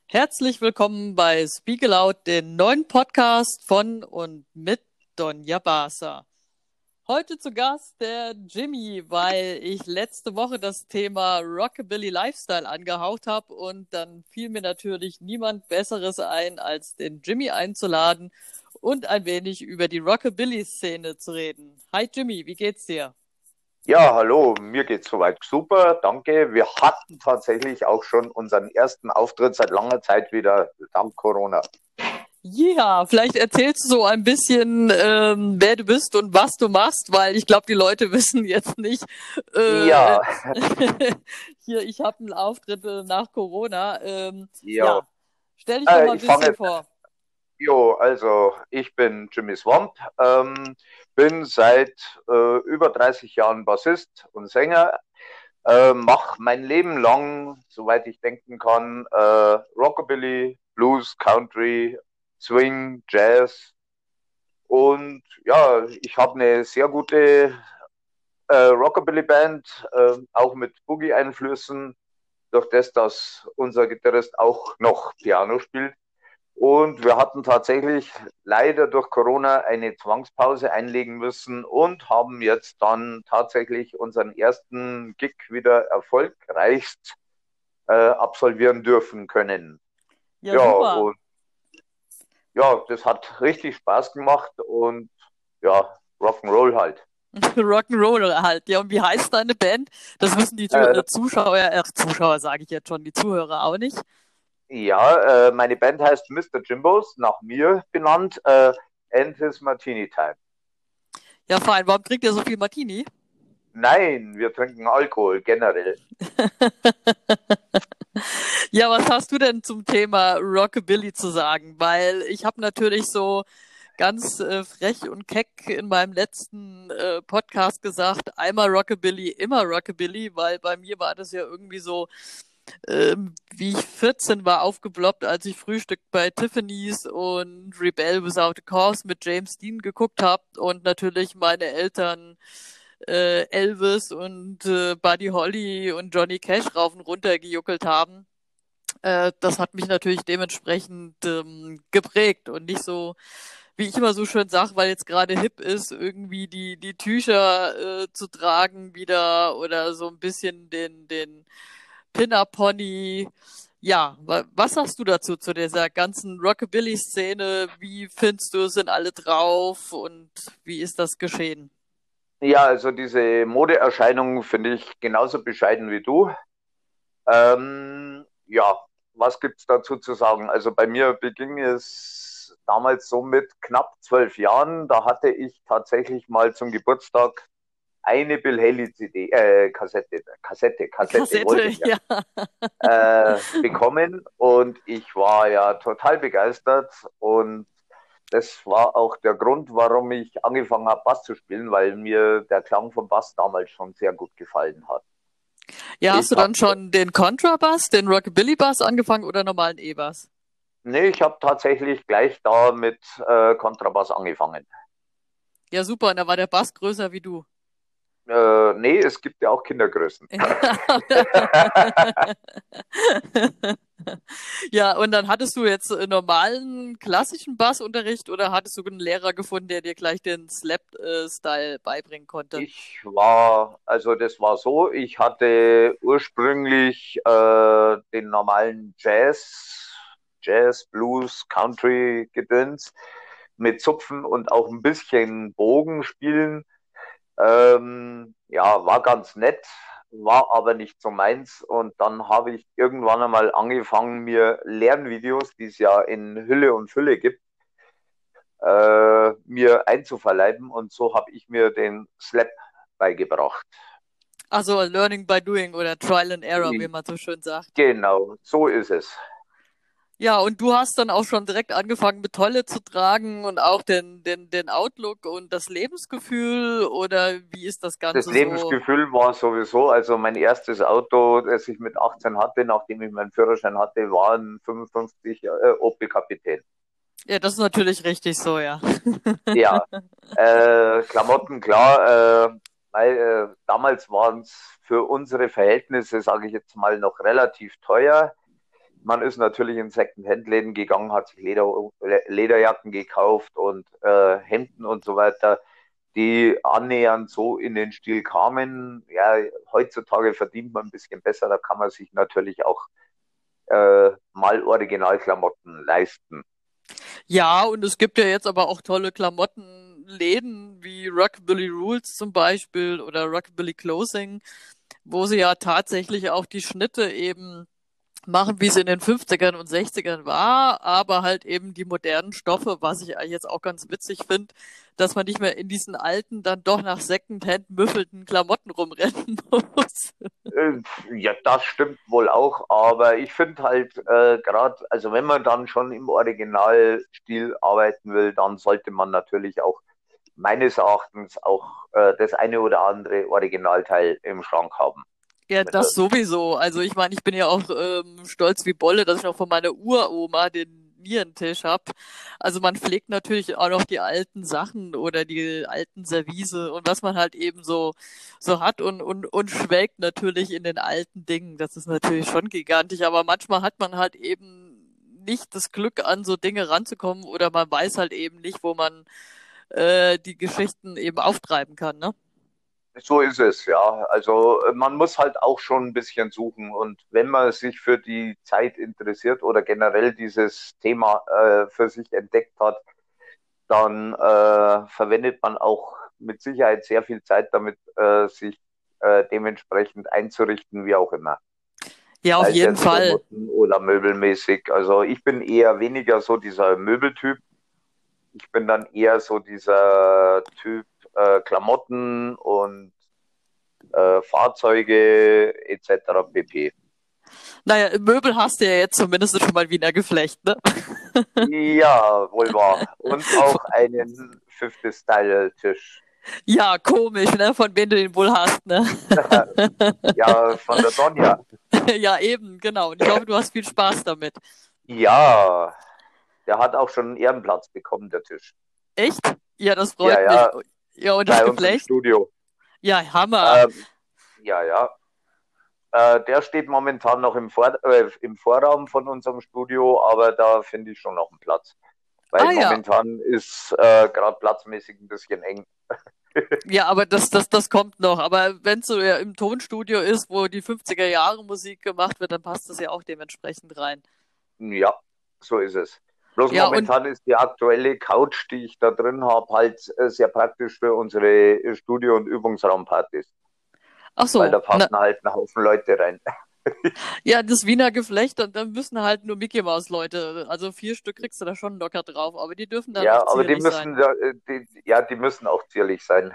Herzlich willkommen bei Speak Aloud, den neuen Podcast von und mit Donja Barser. Heute zu Gast der Jimmy, weil ich letzte Woche das Thema Rockabilly Lifestyle angehaucht habe und dann fiel mir natürlich niemand Besseres ein, als den Jimmy einzuladen und ein wenig über die Rockabilly-Szene zu reden. Hi Jimmy, wie geht's dir? Ja, hallo, mir geht's soweit super, danke. Wir hatten tatsächlich auch schon unseren ersten Auftritt seit langer Zeit wieder, dank Corona. Ja, vielleicht erzählst du so ein bisschen, wer du bist und was du machst, weil ich glaube, die Leute wissen jetzt nicht, äh, Ja, hier, ich habe einen Auftritt nach Corona. ja, Ja, stell dich doch mal ein ich fange, bisschen vor. also ich bin Jimmy Swamp, bin seit über 30 Jahren Bassist und Sänger, mache mein Leben lang, soweit ich denken kann, Rockabilly, Blues, Country, Swing, Jazz. Und ja, ich habe eine sehr gute Rockabilly-Band, auch mit Boogie-Einflüssen, durch das, dass unser Gitarrist auch noch Piano spielt. Und wir hatten tatsächlich leider durch Corona eine Zwangspause einlegen müssen und haben jetzt dann tatsächlich unseren ersten Gig wieder erfolgreichst absolvieren dürfen können. Ja, Ja, super. und ja, das hat richtig Spaß gemacht und ja, Rock'n'Roll halt. Rock'n'Roll halt. Ja, und wie heißt deine Band? Das wissen die Äh, Zuschauer, Zuschauer sage ich jetzt schon, die Zuhörer auch nicht. Ja, meine Band heißt Mr. Jimbos, nach mir benannt. And his Martini Time. Ja, fein. Warum trinkt ihr so viel Martini? Nein, wir trinken Alkohol generell. Ja, was hast du denn zum Thema Rockabilly zu sagen? Weil ich habe natürlich so ganz frech und keck in meinem letzten Podcast gesagt, einmal Rockabilly, immer Rockabilly, weil bei mir war das ja irgendwie so, wie ich 14 war, aufgeploppt, als ich Frühstück bei Tiffany's und Rebel Without a Cause mit James Dean geguckt habe und natürlich meine Eltern Elvis und Buddy Holly und Johnny Cash rauf und runter gejuckelt haben. Das hat mich natürlich dementsprechend geprägt und nicht so, wie ich immer so schön sage, weil jetzt gerade hip ist, irgendwie die Tücher zu tragen wieder oder so ein bisschen den Pin-Up-Pony. Ja, was sagst du dazu, zu dieser ganzen Rockabilly-Szene? Wie findest du, sind alle drauf und wie ist das geschehen? Ja, also diese Modeerscheinung finde ich genauso bescheiden wie du. Ja, was gibt's dazu zu sagen? Also bei mir beging es damals so mit knapp 12 Jahren. Da hatte ich tatsächlich mal zum Geburtstag eine Bill Haley CD, Kassette, wollte Kassette, ich ja, ja. bekommen und ich war ja total begeistert und das war auch der Grund, warum ich angefangen habe, Bass zu spielen, weil mir der Klang vom Bass damals schon sehr gut gefallen hat. Ja, hast Ich du habe dann schon den Kontrabass, den Rockabilly-Bass angefangen oder normalen E-Bass? Nee, ich habe tatsächlich gleich da mit Kontrabass angefangen. Ja, super. Und da war der Bass größer wie du. Nee, es gibt ja auch Kindergrößen. Ja, und dann hattest du jetzt normalen klassischen Bassunterricht oder hattest du einen Lehrer gefunden, der dir gleich den Slap-Style beibringen konnte? Also das war so, ich hatte ursprünglich den normalen Jazz, Blues, Country Gedöns mit Zupfen und auch ein bisschen Bogen spielen. Ja, war ganz nett, war aber nicht so meins. Und dann habe ich irgendwann einmal angefangen, mir Lernvideos, die es ja in Hülle und Fülle gibt, mir einzuverleiben. Und so habe ich mir den Slap beigebracht. Also Learning by Doing oder Trial and Error, wie man so schön sagt. Genau, so ist es. Ja, und du hast dann auch schon direkt angefangen mit Tolle zu tragen und auch den Outlook und das Lebensgefühl oder wie ist das Das Ganze so? Lebensgefühl war sowieso, also mein erstes Auto, das ich mit 18 hatte, nachdem ich meinen Führerschein hatte, war ein 55 Opel Kapitän. Ja, das ist natürlich richtig so, ja. Ja, Klamotten, klar. Weil, damals waren es für unsere Verhältnisse, sage ich jetzt mal, noch relativ teuer. man ist natürlich in Second-Hand-Läden gegangen, hat sich Lederjacken gekauft und Hemden und so weiter, die annähernd so in den Stil kamen. Ja, heutzutage verdient man ein bisschen besser, da kann man sich natürlich auch mal Originalklamotten leisten. Ja, und es gibt ja jetzt aber auch tolle Klamottenläden wie Rockabilly Rules zum Beispiel oder Rockabilly Clothing, wo sie ja tatsächlich auch die Schnitte eben machen, wie es in den 50ern und 60ern war, aber halt eben die modernen Stoffe, was ich eigentlich jetzt auch ganz witzig finde, dass man nicht mehr in diesen alten, dann doch nach Secondhand müffelten Klamotten rumrennen muss. Äh, Ja, das stimmt wohl auch, aber ich finde halt gerade, also wenn man dann schon im Originalstil arbeiten will, dann sollte man natürlich auch meines Erachtens auch das eine oder andere Originalteil im Schrank haben. Ja, das sowieso. Also ich meine, ich bin ja auch stolz wie Bolle, dass ich noch von meiner Uroma den Nierentisch hab. Also man pflegt natürlich auch noch die alten Sachen oder die alten Service und was man halt eben so hat und schwelgt natürlich in den alten Dingen. Das ist natürlich schon gigantisch, aber manchmal hat man halt eben nicht das Glück, an so Dinge ranzukommen oder man weiß halt eben nicht, wo man die Geschichten eben auftreiben kann, ne? So ist es, ja. Also man muss halt auch schon ein bisschen suchen und wenn man sich für die Zeit interessiert oder generell dieses Thema für sich entdeckt hat, dann verwendet man auch mit Sicherheit sehr viel Zeit damit, sich dementsprechend einzurichten, wie auch immer. Ja, auf Sei es jeden jetzt Fall. Klamotten oder möbelmäßig. Also ich bin eher weniger so dieser Möbeltyp. Ich bin dann eher so dieser Typ Klamotten und Fahrzeuge etc. pp. Naja, Möbel hast du ja jetzt zumindest schon mal Wiener Geflecht, ne? Ja, wohl wahr. Und auch einen 50-Style-Tisch. Ja, komisch, ne? Von wem du den wohl hast, ne? Ja, von der Donja. Ja, eben, genau. Und ich hoffe, du hast viel Spaß damit. Ja, der hat auch schon einen Ehrenplatz bekommen, der Tisch. Echt? Ja, das Ja, freut mich. ja, Ja, und das bei uns im Geflecht? Studio. Ja, Hammer. Ähm, ja, ja. Der steht momentan noch im Vorraum von unserem Studio, aber da finde ich schon noch einen Platz. Weil Ah ja. momentan ist gerade platzmäßig ein bisschen eng. Ja, aber das kommt noch. Aber wenn es so ja im Tonstudio ist, wo die 50er Jahre Musik gemacht wird, dann passt das ja auch dementsprechend rein. Ja, so ist es. Bloß Ja, und momentan ist die aktuelle Couch, die ich da drin habe, halt sehr praktisch für unsere Studio- und Übungsraumpartys, ach weil so, da na, passen halt ein Haufen Leute rein. ja, das Wiener Geflecht, und dann müssen halt nur Mickey Maus Leute, also 4 Stück kriegst du da schon locker drauf, aber die dürfen dann auch Ja, aber zierlich sein. die müssen auch zierlich sein.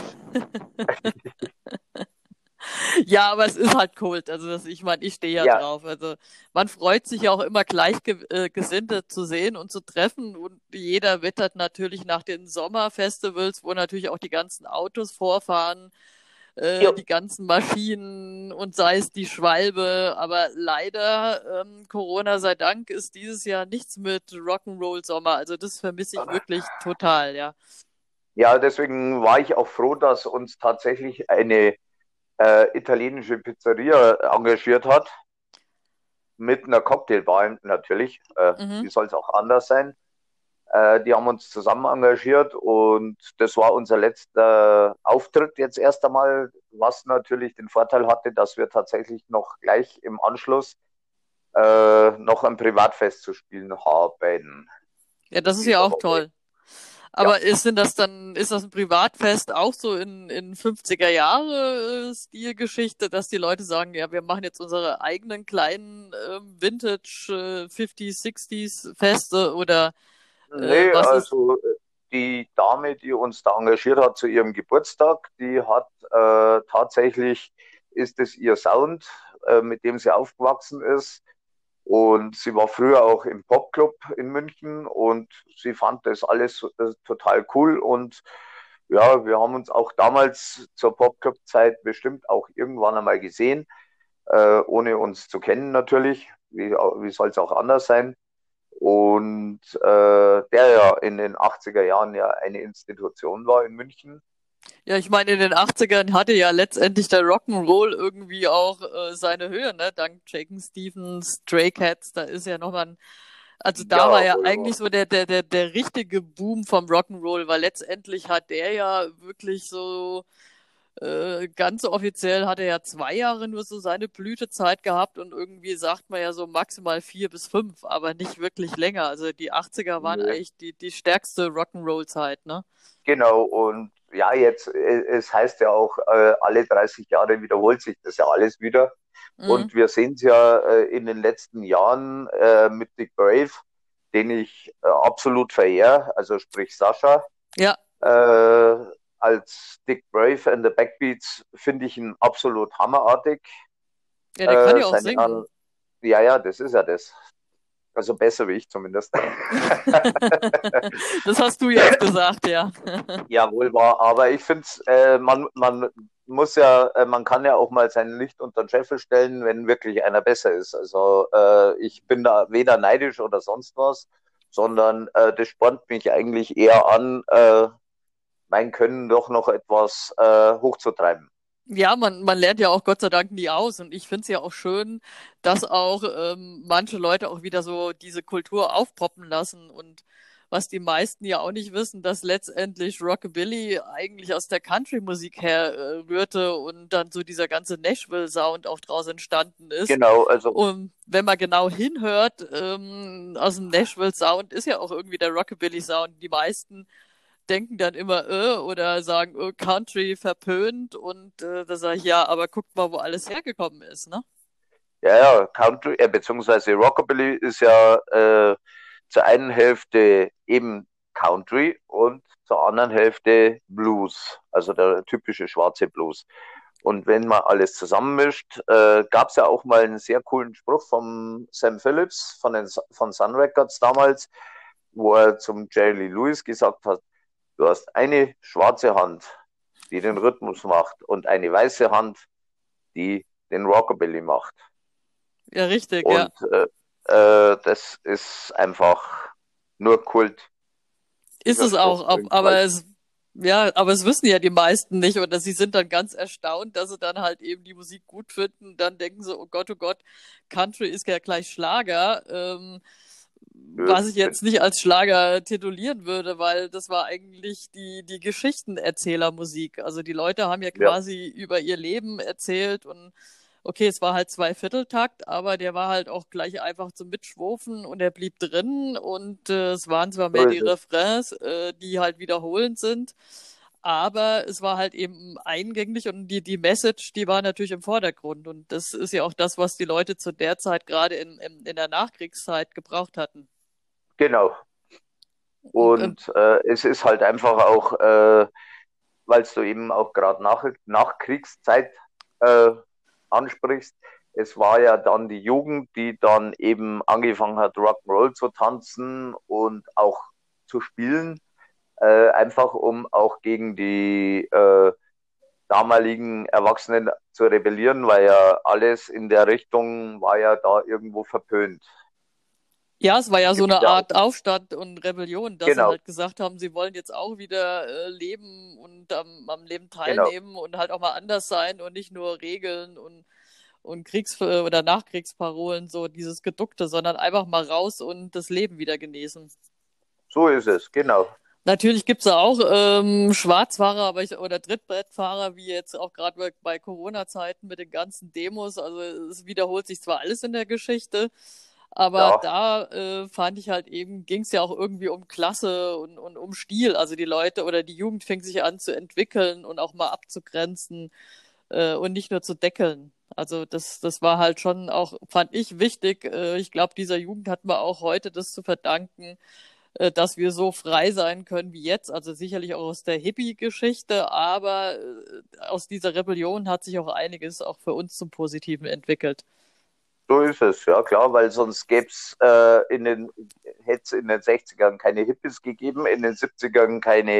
Ja, aber es ist halt Kult. Also ich meine, ich stehe ja Ja, drauf. Also man freut sich ja auch immer Gleichgesinnte zu sehen und zu treffen. Und jeder wittert natürlich nach den Sommerfestivals, wo natürlich auch die ganzen Autos vorfahren, jo. die ganzen Maschinen und sei es die Schwalbe. Aber leider, Corona sei Dank, ist dieses Jahr nichts mit Rock'n'Roll Sommer. Also das vermisse ich wirklich total, ja. Ja, deswegen war ich auch froh, dass uns tatsächlich eine italienische Pizzeria engagiert hat, mit einer Cocktailbar natürlich. Mhm. Wie soll es auch anders sein? Die haben uns zusammen engagiert und das war unser letzter Auftritt jetzt erst einmal, was natürlich den Vorteil hatte, dass wir tatsächlich noch gleich im Anschluss noch ein Privatfest zu spielen haben Ja, das in ist ja dieser auch Woche. toll. Ja, Aber ist das ein Privatfest auch so in 50er Jahre Stilgeschichte, dass die Leute sagen, ja, wir machen jetzt unsere eigenen kleinen Vintage 50s, 60s Feste oder nee, was ist? also die Dame, die uns da engagiert hat zu ihrem Geburtstag, die hat tatsächlich, ist es ihr Sound, mit dem sie aufgewachsen ist. Und sie war früher auch im Popclub in München und sie fand das alles total cool. Und ja, wir haben uns auch damals zur Popclub-Zeit bestimmt auch irgendwann einmal gesehen, ohne uns zu kennen natürlich. Wie soll es auch anders sein? Und der ja in den 80er Jahren ja eine Institution war in München. Ja, ich meine, in den 80ern hatte ja letztendlich der Rock'n'Roll irgendwie auch seine Höhe, ne? Dank Shakin' Stevens, Stray Cats, da ist ja nochmal ein, also da war Ja, ja wohl eigentlich wahr. so der richtige Boom vom Rock'n'Roll, weil letztendlich hat der ja wirklich so, ganz offiziell hat er ja 2 Jahre nur so seine Blütezeit gehabt und irgendwie sagt man ja so maximal 4 bis 5, aber nicht wirklich länger. Also die 80er waren Nee. eigentlich die stärkste Rock'n'Roll-Zeit, ne? Genau, und ja, jetzt, es heißt ja auch, alle 30 Jahre wiederholt sich das ja alles wieder. Mhm. Und wir sehen es ja in den letzten Jahren mit Dick Brave, den ich absolut verehre, also sprich Sascha. Ja, Äh, als Dick Brave and the Backbeats finde ich ihn absolut hammerartig. ja, der kann ja auch Seine, singen. ja, ja, das ist ja das. Also besser wie ich zumindest. Das hast du jetzt gesagt, ja. Ja, wohl wahr. Aber ich finde es, man muss ja, man kann ja auch mal sein Licht unter den Scheffel stellen, wenn wirklich einer besser ist. Also ich bin da weder neidisch oder sonst was, sondern das spornt mich eigentlich eher an, mein Können doch noch etwas hochzutreiben. Ja, man lernt ja auch Gott sei Dank nie aus. Und ich finde es ja auch schön, dass auch manche Leute auch wieder so diese Kultur aufpoppen lassen. Und was die meisten ja auch nicht wissen, dass letztendlich Rockabilly eigentlich aus der Country-Musik herrührte und dann so dieser ganze Nashville-Sound auch draus entstanden ist. Genau, also Und wenn man genau hinhört, aus dem Nashville-Sound ist ja auch irgendwie der Rockabilly-Sound. Die meisten denken dann immer, oder sagen, Country verpönt und da sage ich, ja, aber guckt mal, wo alles hergekommen ist, ne? ja, ja, Country, beziehungsweise Rockabilly ist ja zur einen Hälfte eben Country und zur anderen Hälfte Blues, also der typische schwarze Blues. Und wenn man alles zusammenmischt, gab es ja auch mal einen sehr coolen Spruch von Sam Phillips von Sun Records damals, wo er zum Jerry Lee Lewis gesagt hat, du hast eine schwarze Hand, die den Rhythmus macht und eine weiße Hand, die den Rockabilly macht. Ja, richtig, ja. Und das ist einfach nur Kult. Ist Dieser es auch, Spruch bringt aber halt. aber es wissen ja die meisten nicht oder sie sind dann ganz erstaunt, dass sie dann halt eben die Musik gut finden. Dann denken sie, oh Gott, Country ist ja gleich Schlager. Nö, Was ich jetzt nicht als Schlager titulieren würde, weil das war eigentlich die Geschichtenerzählermusik. Also die Leute haben ja ja, quasi über ihr Leben erzählt und okay, es war halt Zweivierteltakt, aber der war halt auch gleich einfach zum Mitschwufen und er blieb drin und es waren zwar so mehr die ist es. Refrains, die halt wiederholend sind, aber es war halt eben eingängig und die Message, die war natürlich im Vordergrund und das ist ja auch das, was die Leute zu der Zeit gerade in der Nachkriegszeit gebraucht hatten. Genau. Und Und es ist halt einfach auch, weil du eben auch gerade nach Kriegszeit äh, ansprichst, es war ja dann die Jugend, die dann eben angefangen hat, Rock'n'Roll zu tanzen und auch zu spielen, einfach um auch gegen die damaligen Erwachsenen zu rebellieren, weil ja alles in der Richtung war ja da irgendwo verpönt. ja, es war ja so Gibt's eine ja auch. Art Aufstand und Rebellion, dass sie Genau, halt gesagt haben, sie wollen jetzt auch wieder leben und am Leben genau. teilnehmen und halt auch mal anders sein und nicht nur Regeln und oder Nachkriegsparolen, so dieses Geduckte, sondern einfach mal raus und das Leben wieder genießen. So ist es, genau. Natürlich gibt's da auch Schwarzfahrer oder Trittbrettfahrer, wie jetzt auch gerade bei Corona-Zeiten mit den ganzen Demos. Also es wiederholt sich zwar alles in der Geschichte, aber Ja, da fand ich halt eben, ging's ja auch irgendwie um Klasse und um Stil. Also die Leute oder die Jugend fing sich an zu entwickeln und auch mal abzugrenzen und nicht nur zu deckeln. Also das war halt schon auch, fand ich wichtig. Ich glaube, dieser Jugend hat man auch heute das zu verdanken, dass wir so frei sein können wie jetzt. Also sicherlich auch aus der Hippie-Geschichte, aber aus dieser Rebellion hat sich auch einiges auch für uns zum Positiven entwickelt. so ist es, ja klar, weil sonst hätte es in den 60ern keine Hippies gegeben, in den 70ern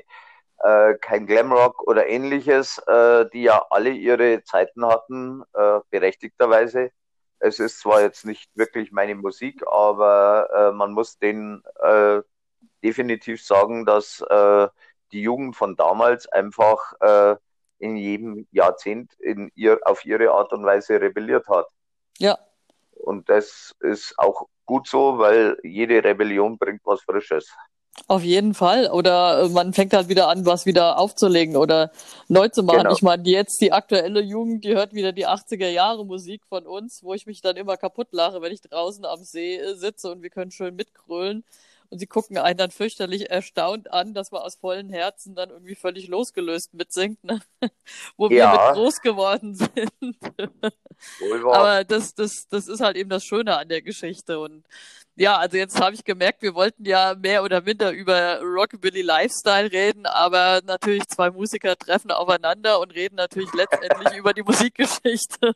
kein Glamrock oder ähnliches, die ja alle ihre Zeiten hatten, berechtigterweise. Es ist zwar jetzt nicht wirklich meine Musik, aber man muss denen definitiv sagen, dass die Jugend von damals einfach in jedem Jahrzehnt auf ihre Art und Weise rebelliert hat. Ja, Und das ist auch gut so, weil jede Rebellion bringt was Frisches. auf jeden Fall. Oder man fängt halt wieder an, was wieder aufzulegen oder neu zu machen. Genau. Ich meine, jetzt die aktuelle Jugend, die hört wieder die 80er Jahre Musik von uns, wo ich mich dann immer kaputt lache, wenn ich draußen am See sitze und wir können schön mitgrölen. Und sie gucken einen dann fürchterlich erstaunt an, dass man aus vollen Herzen dann irgendwie völlig losgelöst mitsingt, ne? Wo wir mit Ja, groß geworden sind. wohl wahr. Aber das ist halt eben das Schöne an der Geschichte. Und ja, also jetzt habe ich gemerkt, wir wollten ja mehr oder minder über Rockabilly Lifestyle reden, aber natürlich zwei Musiker treffen aufeinander und reden natürlich letztendlich über die Musikgeschichte.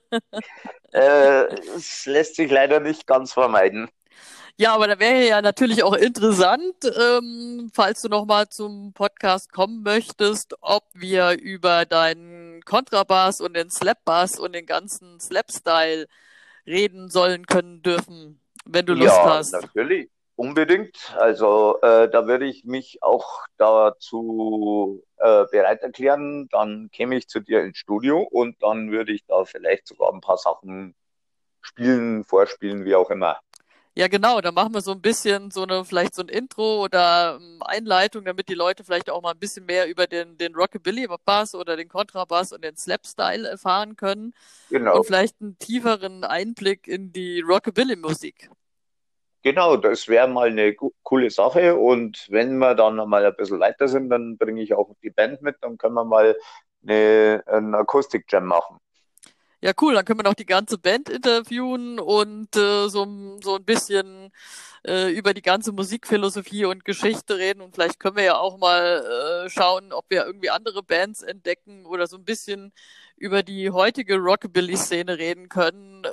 Es lässt sich leider nicht ganz vermeiden. Ja, aber da wäre ja natürlich auch interessant, falls du nochmal zum Podcast kommen möchtest, ob wir über deinen Kontrabass und den Slapbass und den ganzen Slapstyle reden sollen, können, dürfen, wenn du Lust Ja, hast. natürlich. Unbedingt. Also da würde ich mich auch dazu bereit erklären. Dann käme ich zu dir ins Studio und dann würde ich da vielleicht sogar ein paar Sachen spielen, vorspielen, wie auch immer. Ja, genau, da machen wir so ein bisschen vielleicht so ein Intro oder Einleitung, damit die Leute vielleicht auch mal ein bisschen mehr über den Rockabilly-Bass oder den Kontrabass und den Slapstyle erfahren können und Genau. vielleicht einen tieferen Einblick in die Rockabilly-Musik. Genau, das wäre mal eine coole Sache. Und wenn wir dann mal ein bisschen weiter sind, dann bringe ich auch die Band mit. Dann können wir mal einen Akustik-Jam machen. Ja, cool, dann können wir noch die ganze Band interviewen und so ein bisschen über die ganze Musikphilosophie und Geschichte reden und vielleicht können wir ja auch mal schauen, ob wir irgendwie andere Bands entdecken oder so ein bisschen über die heutige Rockabilly-Szene reden können,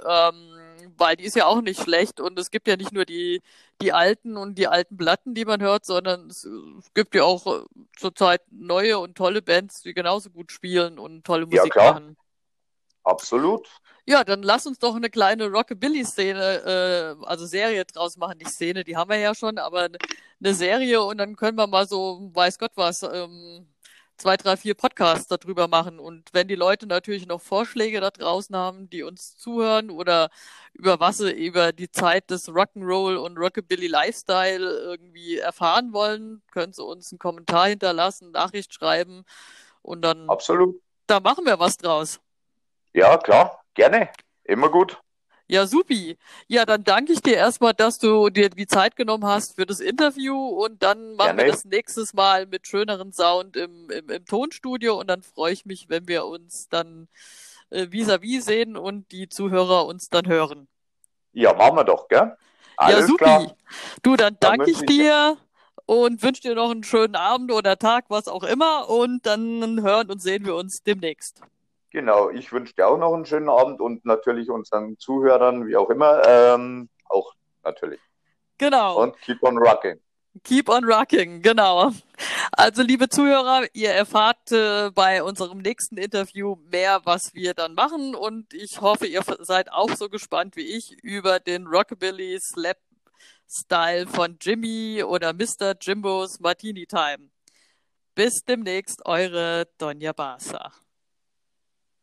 weil die ist ja auch nicht schlecht und es gibt ja nicht nur die alten und die alten Platten, die man hört, sondern es gibt ja auch zurzeit neue und tolle Bands, die genauso gut spielen und tolle Ja, Musik klar, machen. absolut. Ja, dann lass uns doch eine kleine Rockabilly-Szene, also Serie draus machen. Nicht Szene, die haben wir ja schon, aber eine Serie und dann können wir mal so, weiß Gott was, zwei, drei, vier Podcasts darüber machen. Und wenn die Leute natürlich noch Vorschläge da draußen haben, die uns zuhören oder über was sie über die Zeit des Rock'n'Roll und Rockabilly Lifestyle irgendwie erfahren wollen, können sie uns einen Kommentar hinterlassen, Nachricht schreiben und dann, Absolut. da machen wir was draus. Ja, klar, gerne. Immer gut. Ja, supi. Ja, dann danke ich dir erstmal, dass du dir die Zeit genommen hast für das Interview und dann machen wir Gerne. das nächstes Mal mit schöneren Sound im Tonstudio und dann freue ich mich, wenn wir uns dann vis-à-vis sehen und die Zuhörer uns dann hören. Ja, machen wir doch, gell? Ja, Alles supi. klar. Du, dann Dann danke ich wünsche ich, dir und wünsche dir noch einen schönen Abend oder Tag, was auch immer und dann hören und sehen wir uns demnächst. genau, ich wünsche dir auch noch einen schönen Abend und natürlich unseren Zuhörern, wie auch immer, auch natürlich. Genau. Und keep on rocking. Keep on rocking, genau. Also, liebe Zuhörer, ihr erfahrt bei unserem nächsten Interview mehr, was wir dann machen. Und ich hoffe, ihr seid auch so gespannt wie ich über den Rockabilly Slap Style von Jimmy oder Mr. Jimbos Martini Time. Bis demnächst, eure Donja Barsa.